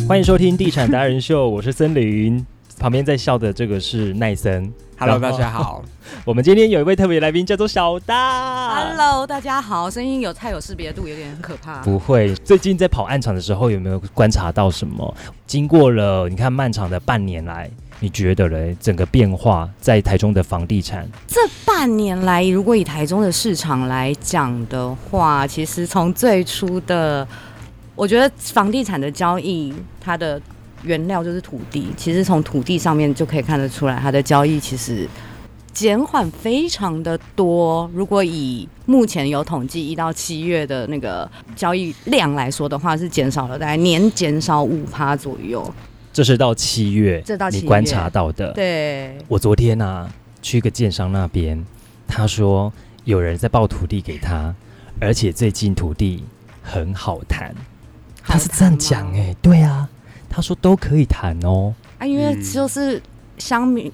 欢迎收听地产达人秀，我是森林，旁边在笑的这个是奈森。 Hello， 大家好。 我们今天有一位特别来宾，叫做小大。 Hello， 大家好，声音太有识别度，有点很可怕。 不会，最近在跑暗场的时候，有没有观察到什么？经过了你看漫长的半年来，你觉得嘞，整个变化在台中的房地产？ 这半年来，如果以台中的市场来讲的话，其实从最初的，我觉得房地产的交易，它的原料就是土地，其实从土地上面就可以看得出来，它的交易其实减缓非常的多。如果以目前有统计1到7月的那个交易量来说的话，是减少了大概年减少5%左右。 这是到7月， 这到7月你观察到的。 对， 我昨天去一个建商那边，他说有人在报土地给他，而且最近土地很好谈。他是这样讲对啊，他说都可以谈哦。 因为就是乡民，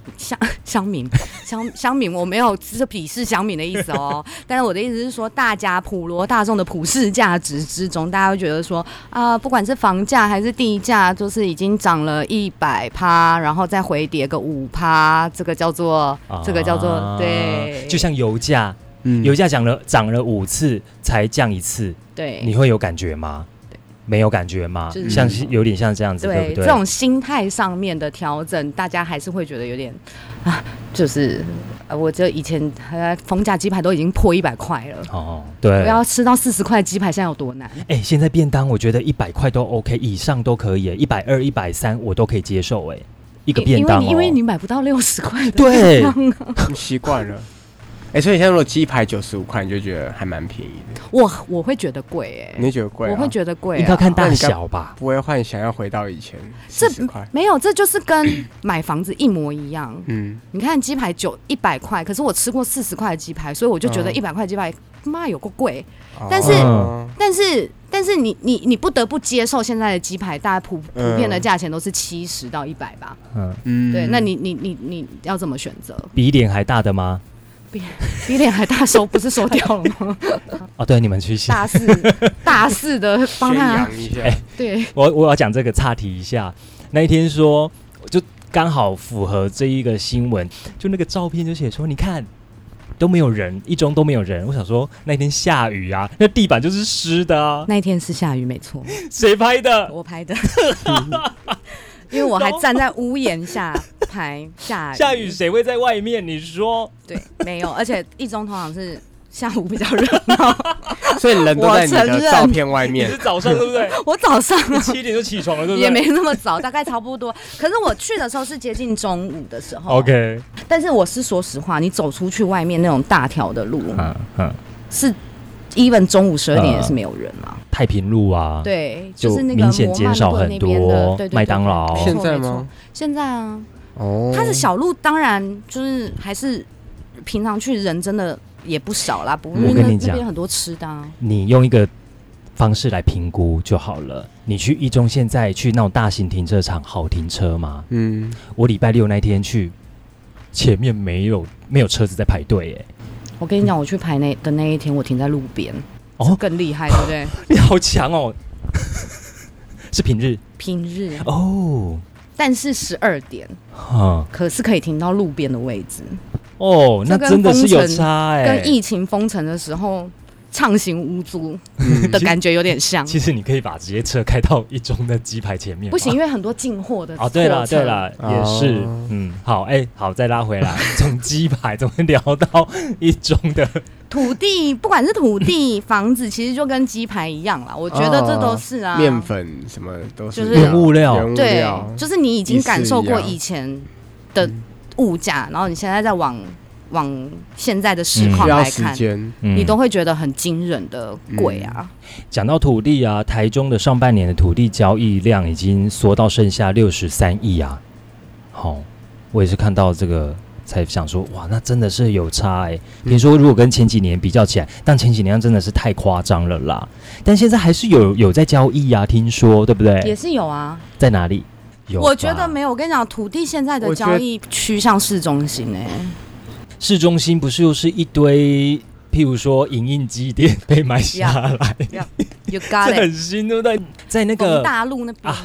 我没有是鄙视乡民的意思哦。但是我的意思是说，大家普罗大众的普世价值之中，大家会觉得说不管是房价还是地价，就是已经涨了100%，然后再回跌个5%，这个叫做对， 就像油价，油价涨了5次才降1次， 对， 你会有感觉吗？没有感觉吗？像有点像这样子，对不对？ 这种心态上面的调整，大家还是会觉得有点就是我这以前逢甲鸡排都已经破100块了哦，对， 我要吃到40块鸡排，现在有多难？ 现在便当我觉得100块都 OK， 以上都可以，120、130我都可以接受一个便当因为你买不到60块的便当你习惯了。所以像如果鸡排95块，你就觉得还蛮便宜的。 我会觉得贵你会觉得贵？ 我会觉得贵， 应该看大小吧， 不会幻想要回到以前40块。 没有，这就是跟买房子一模一样。你看鸡排100块，可是我吃过40块的鸡排，所以我就觉得100块鸡排妈有够贵。但是你不得不接受现在的鸡排，大概普遍的价钱都是70到100吧。对，那你要怎么选择？ 比脸还大的吗？ 比脸还大不是收掉了吗？ 对，你们去大肆的帮他宣扬一下。 对， 我要讲这个岔题一下。那一天说，就刚好符合这一个新闻，就那个照片就写说，你看都没有人，一中都没有人。我想说那天下雨啊，那地板就是湿的啊。 那一天是下雨，没错。 谁拍的？ 我拍的。因为我还站在屋檐下拍下雨谁会在外面？你说对，没有，而且一中通常是下午比较热闹， 所以人都在你的照片外面。 你是早上对不对？ 我早上 7点就起床了，对不对？ 也没那么早，大概差不多。可是我去的时候是接近中午的时候。 OK， 但是我是说实话，你走出去外面那种大条的路，是 even 中午12点也是没有人啊。 太平路啊， 对，就是那个明显减少很多。麦当劳现在吗？ 现在啊，它的小路当然就是还是平常去人真的也不少啦。不过我跟你讲， 那边很多吃的你用一个方式来评估就好了。你去一中现在去那种大型停车场好停车吗？我礼拜6那天去，前面没有车子在排队我跟你讲，我去排的那一天，我停在路边。更厉害，对不对？ 你好强哦！是平日哦，但是12点，可是可以停到路边的位置那真的是有差跟疫情封城的时候畅行无阻的感觉有点像。 其实你可以把直接车开到一中的鸡排前面， 不行，因为很多进货的。 对啦，也是。好，再拉回来，从鸡排怎么聊到一中的土地？不管是土地、房子，其实就跟鸡排一样啦。我觉得这都是啊， 面粉什么都是原物料。 对，就是你已经感受过以前的物价，然后你现在再往现在的市况来看，你都会觉得很惊人的贵啊。 讲到土地啊，台中的上半年的土地交易量已经缩到剩下63亿啊。我也是看到这个才想说，哇，那真的是有差比如说如果跟前几年比较起来，但前几年真的是太夸张了啦。但现在还是有在交易啊，听说对不对？ 也是有啊。 在哪里？ 我觉得没有。我跟你讲，土地现在的交易趋向市中心市中心不是又是一堆，譬如说影印机店被买下来， 有 got it， 这很新，对不对？在那个大陆那边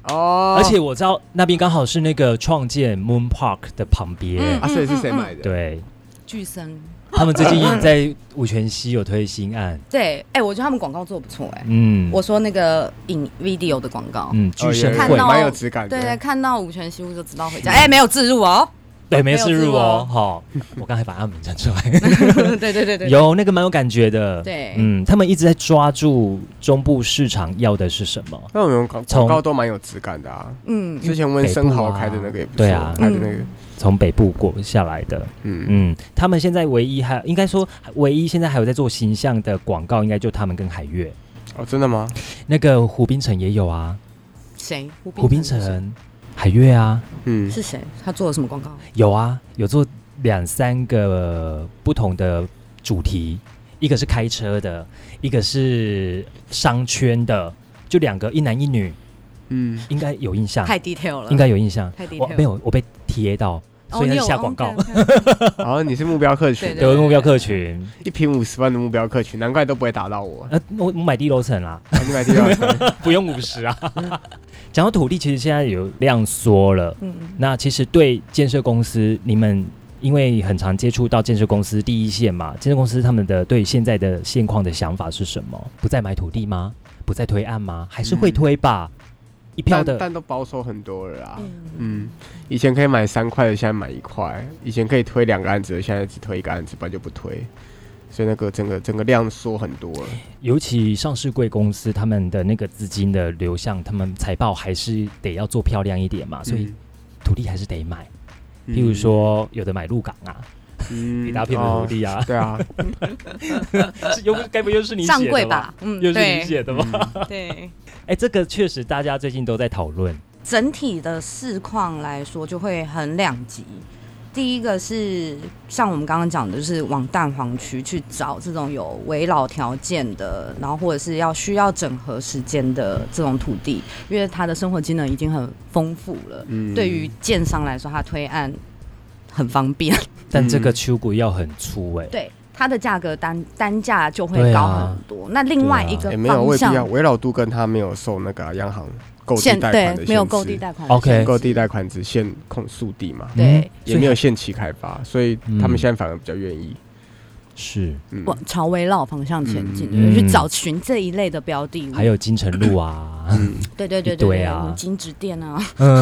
哦， 而且我知道那边刚好是那个创建 Moon Park 的旁边， 所以是谁买的？ 对， 巨森。 他们最近在五权西有推新案， 对，我觉得他们广告做得不错，我说那个影 video 的广告， 巨森会蛮有质感的， 对，看到五权西屋就知道回家，没有置入哦。 对，没置入哦，好，我刚才把他名称出来。 对， 有那个蛮有感觉的。 对， 他们一直在抓住中部市场要的是什么？ 那我们广告都蛮有质感的啊。之前温升豪开的那个也不错， 对啊， 开的那个从北部过下来的。他们现在唯一应该说唯一现在还有在做形象的广告，应该就他们跟海悦。 哦，真的吗？ 那个胡冰城也有啊。 谁？ 胡冰城。海悦啊， 是谁？他做了什么广告？ 有啊，有做2-3个不同的主题，一个是开车的，一个是商圈的，就2个，一男一女。应该有印象。 太 detail 了， 应该有印象。 太 detail 了。 没有，我被贴到，所以他下广告。 你是目标客群， 对，目标客群 ，1坪50万的目标客群，难怪都不会打到我。 我买低楼层啦， 你买低楼层不用50啊。讲到土地，其实现在有量缩了。那其实对建设公司，你们因为很常接触到建设公司第一线嘛，建设公司他们的对现在的现况的想法是什么？不再买土地吗？不再推案吗？还是会推吧？一票的， 但都保守很多了啦。以前可以买3块的，现在买1块；以前可以推2个案子的，现在只推1个案子，不然就不推。所以那个整个量缩很多了。 尤其上市贵公司，他们的那个资金的流向，他们财报还是得要做漂亮一点嘛，所以土地还是得买。譬如说，有的买鹿港啊。一大片的土地啊， 对啊， 该不又是你写的上柜吧？ 又是你写的吗？ 对， 这个确实大家最近都在讨论。 整体的市况来说，就会很两极。第一个是像我们刚刚讲的，就是往蛋黄区去找这种有危老条件的，然后或者是需要整合时间的这种土地，因为它的生活机能已经很丰富了。对于建商来说，它推案很方便。 但这个秋谷要很粗对，它的价格单价就会高很多。那另外一个没有未必要，危老都跟它没有受那个央行购地贷款的限制， 没有购地贷款 ，OK， 购地贷款只限控速地嘛， 对， 也没有限期开发，所以他们现在反而比较愿意。 是朝危老方向前进，去找寻这一类的标的物， 还有金城路啊， 对啊，金直店啊，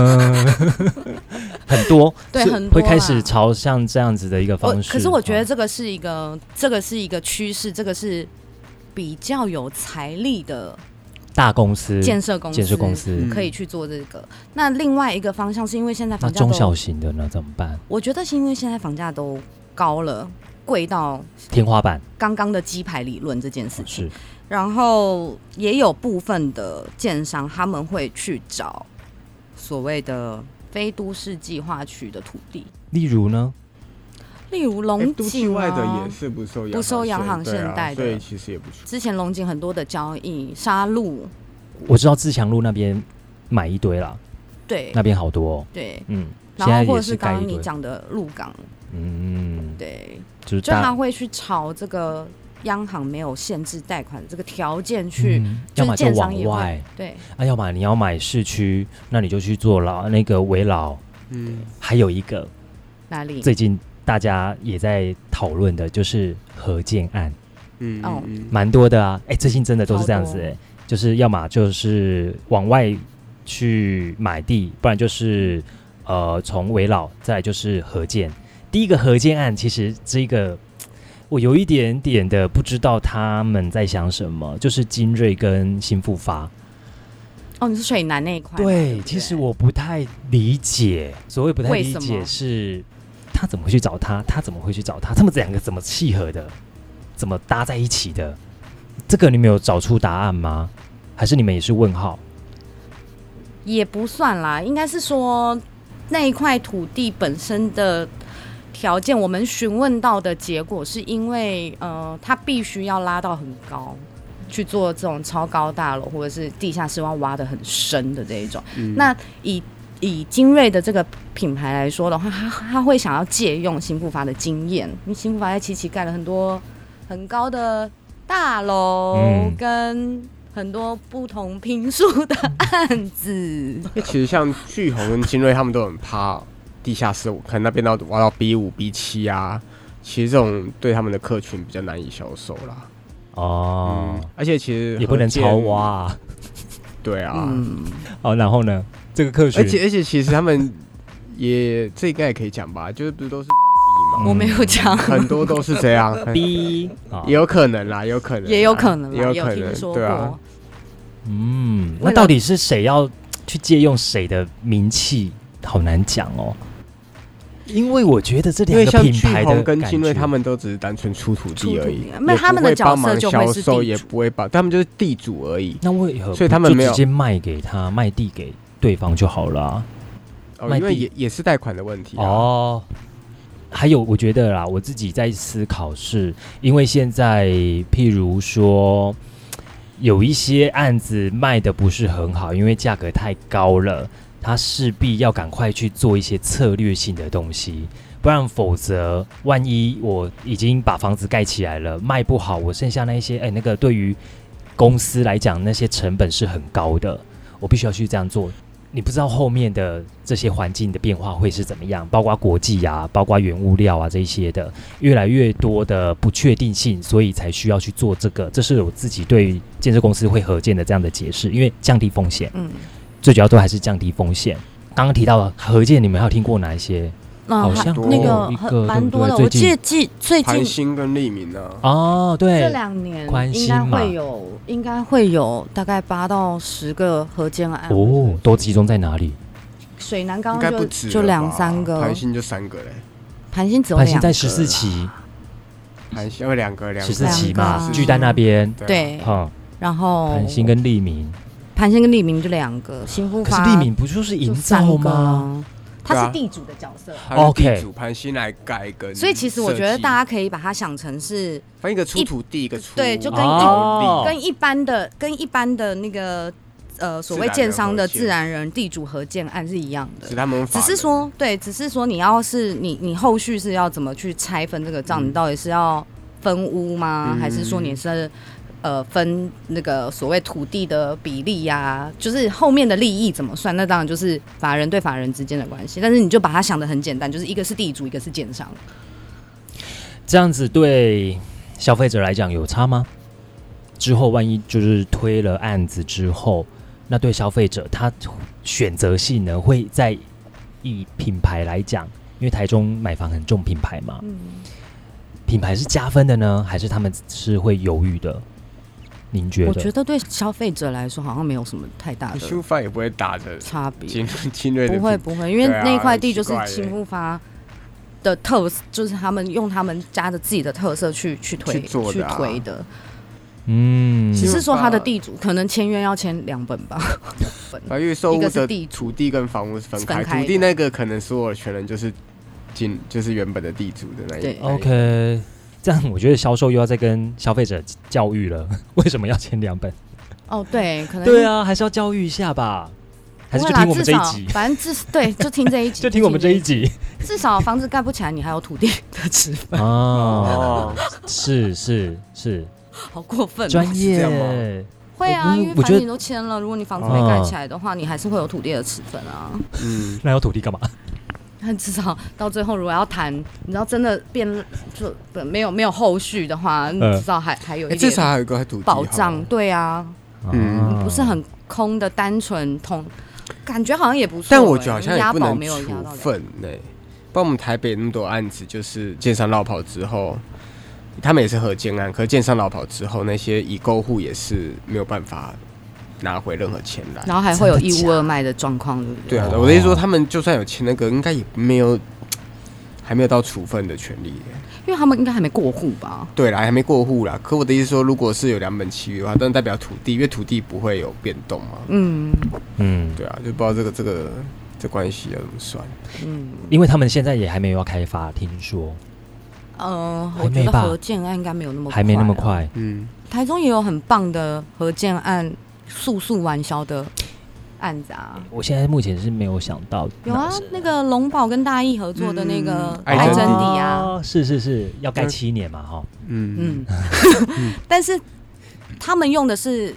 很多， 对，很多会开始朝向这样子的一个方式。 可是我觉得这个是一个趋势，这个是比较有财力的大公司、 建设公司可以去做这个。那另外一个方向是因为现在房价中小型的呢怎么办？ 我觉得是因为现在房价都高了。贵到天花板， 刚刚的鸡排理论这件事情， 是， 然后也有部分的建商他们会去找所谓的非都市计划区的土地， 例如呢？ 例如龙井外的也是不收央行限贷的， 所以其实也不错。 之前龙井很多的交易，沙鹿， 我知道自强路那边买一堆啦， 对， 那边好多， 对，然后或者是刚刚你讲的鹿港，对。就他会去朝这个央行没有限制贷款这个条件去， 要么就往外， 对， 要么你要买市区，那你就去做那个危老，还有一个哪里？ 最近大家也在讨论的就是合建案，蛮多的啊，最近真的都是这样子，就是要么就是往外去买地，不然就是从危老，再来就是合建。第一个合建案，其实这个我有一点点的不知道他们在想什么，就是精锐跟新复发。 你是水南那一块？ 对，其实我不太理解，所谓不太理解是他怎么会去找他，他怎么会去找他，他们两个怎么契合的，怎么搭在一起的？这个你们有找出答案吗？还是你们也是问号？ 也不算啦，应该是说那一块土地本身的条件，我们询问到的结果是因为它必须要拉到很高去做这种超高大楼，或者是地下室要挖得很深的这一种。那以精锐的这个品牌来说的话，他会想要借用新复发的经验，因为新复发在七期盖了很多很高的大楼跟很多不同坪数的案子。 因为其实像巨鸿跟精锐他们都很怕地下室，可能那边要挖到 B5、B7 啊，其实这种对他们的客群比较难以销售啦。 哦， 而且其实也不能超挖啊。 对啊， 好，然后呢，这个客群， 而且其实他们也这应该也可以讲吧，就是不是都是嘛？ 我没有讲， 很多都是这样。 B 也有可能啦，也有可能， 也有可能， 也有可能， 听说对啊。 过。 那到底是谁要去借用谁的名气？好难讲哦。因为我觉得这两个品牌的跟精锐他们都只是单纯出土地而已， 那他们的角色就会是销售，也不会帮，他们就是地主而已。 那为何所以他们没有直接卖给他，卖地给对方就好了啊？ 因为也是贷款的问题哦。还有，我觉得啦，我自己在思考是，因为现在譬如说有一些案子卖的不是很好，因为价格太高了。他势必要赶快去做一些策略性的东西，不然否则万一我已经把房子盖起来了，卖不好，我剩下那一些，那个对于公司来讲，那些成本是很高的，我必须要去这样做。你不知道后面的这些环境的变化会是怎么样，包括国际啊，包括原物料啊这一些的，越来越多的不确定性，所以才需要去做这个。这是我自己对建设公司会合建的这样的解释，因为降低风险。最主要都还是降低风险。刚刚提到的合建，你们还有听过哪一些？好像那个蛮多的。我记得最近盘星跟利民啊， 哦，对， 这2年应该会有大概8到10个合建案。 哦，都集中在哪里？ 水南刚刚就2-3个， 盘星就3个嘞。 盘星只有2个， 盘星在14期， 盘星有2个 14期嘛，巨蛋那边对，然后盘星跟利民。 盘星跟利民就2个，新复发。 可是利民不就是营造吗？ 他是地主的角色。 地主盘星来盖跟。 所以其实我觉得大家可以把它想成是， 一个出土地，一个出对，就跟一般的那个所谓建商的自然人地主合建案是一样的。只是说你要是你后续是要怎么去拆分这个账？你到底是要分屋吗？还是说你是？分那个所谓土地的比例呀，就是后面的利益怎么算？那当然就是法人对法人之间的关系。但是你就把它想得很简单，就是一个是地主，一个是建商。 这样子对消费者来讲有差吗？之后万一就是推了案子之后，那对消费者他选择性呢会在以品牌来讲，因为台中买房很重品牌嘛，品牌是加分的呢，还是他们是会犹豫的？您觉得？ 我觉得对消费者来说好像没有什么太大的新复发也不会打的差别， 精锐的不会，因为那块地就是新复发的就是他们用他们家的自己的特色去推的。只是说他的地主可能签约要签2本吧。 因为售屋的土地跟房屋是分开，土地那个可能所有的权人就是原本的地主的那一个。 OK。这样我觉得销售又要再跟消费者教育了，为什么要签2本？ 哦，对，可能对啊，还是要教育一下吧，还是就听我们这一集？ 反正对，就听这一集， 就听我们这一集。 至少房子盖不起来，你还有土地的持分哦。是， 好过分， 专业会啊，因为反正你都签了，如果你房子没盖起来的话，你还是会有土地的持分啊。 那有土地干嘛？ 至少到最后，如果要谈，你知道真的变就没有后续的话，至少还有一点至少还有一个土地保障。对啊，不是很空的单纯感觉好像也不错。 但我觉得好像也不能处分呢。不然我们台北那么多案子，就是建商落跑之后，他们也是合建案，可是建商落跑之后，那些已购户也是没有办法拿回任何钱来， 然后还会有1屋2卖的状况，对不对？ 对啊，我的意思说，他们就算有签那个，应该也还没有到处分的权利， 因为他们应该还没过户吧？ 对啦，还没过户啦。可我的意思说，如果是有2本契约的话，但代表土地，因为土地不会有变动嘛。对啊，就不知道这关系要怎么算。 因为他们现在也还没有要开发，听说。 我觉得合建案应该没有那么快， 还没那么快。 台中也有很棒的合建案，速完销的案子啊。 我现在目前是没有想到。 有啊，那个龙宝跟大义合作的那个爱真迪啊， 是要盖7年嘛，哈。 但是他们用的是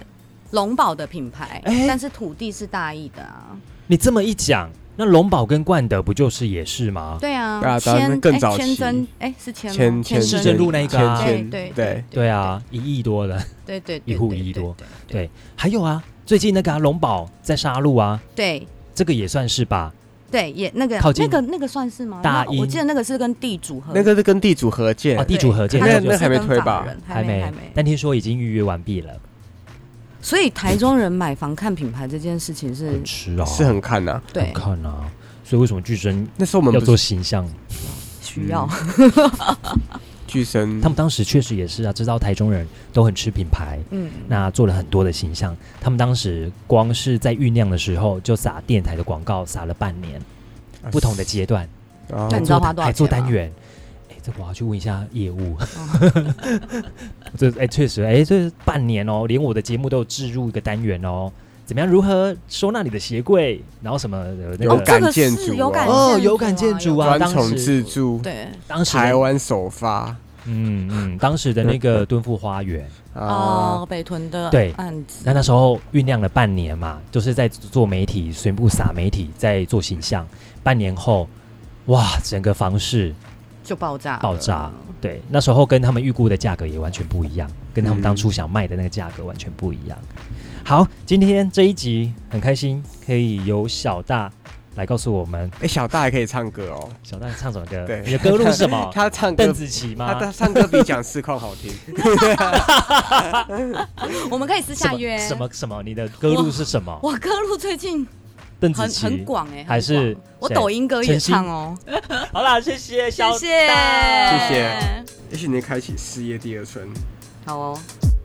龙宝的品牌，但是土地是大义的啊。 你这么一讲，那龙宝跟冠德不就是也是吗？ 对啊， 更早期， 千真是千市政路那个啊， 对啊，1亿多的， 对， 一户1亿多，对，还有啊，最近那个龙宝在沙鹿啊， 对， 这个也算是吧。 对，也那个算是吗？我记得那个是跟地主合， 那个是跟地主合建， 地主合建， 那还没推吧？ 还没，但听说已经预约完毕了。 所以台中人买房看品牌这件事情是很吃啊， 是很看啊， 对， 很看啊。所以为什么巨生那时候我们要做形象？ 需要。 巨生他们当时确实也是啊，知道台中人都很吃品牌，那做了很多的形象。他们当时光是在酝酿的时候，就撒电台的广告，撒了半年，不同的阶段， 那你知道花多少钱吗？ 还做单元。这我要去问一下业务。确实，这半年哦，连我的节目都有置入一个单元哦。怎么样？如何收纳你的鞋柜？然后什么那个有感建筑有感建筑啊， 专宠自助， 对， 当时台湾首发， 当时的那个敦富花园北屯的案子， 那时候酝酿了半年嘛，就是在做媒体，全部撒媒体，在做形象。半年后，哇，整个房市就爆炸， 对，那时候跟他们预估的价格也完全不一样，跟他们当初想卖的那个价格完全不一样。好，今天这一集很开心，可以由小大来告诉我们。 小大还可以唱歌哦。 小大唱什么歌？ 对， 你的歌路是什么？ 他唱歌邓紫棋吗？ 他唱歌比讲实况好听。 我们可以私下约。 什么？你的歌路是什么？ 我歌路最近邓紫棋很广还是我抖音歌也唱哦。 好啦，谢谢小大， 谢谢。也许你开启事业第2春。 好哦。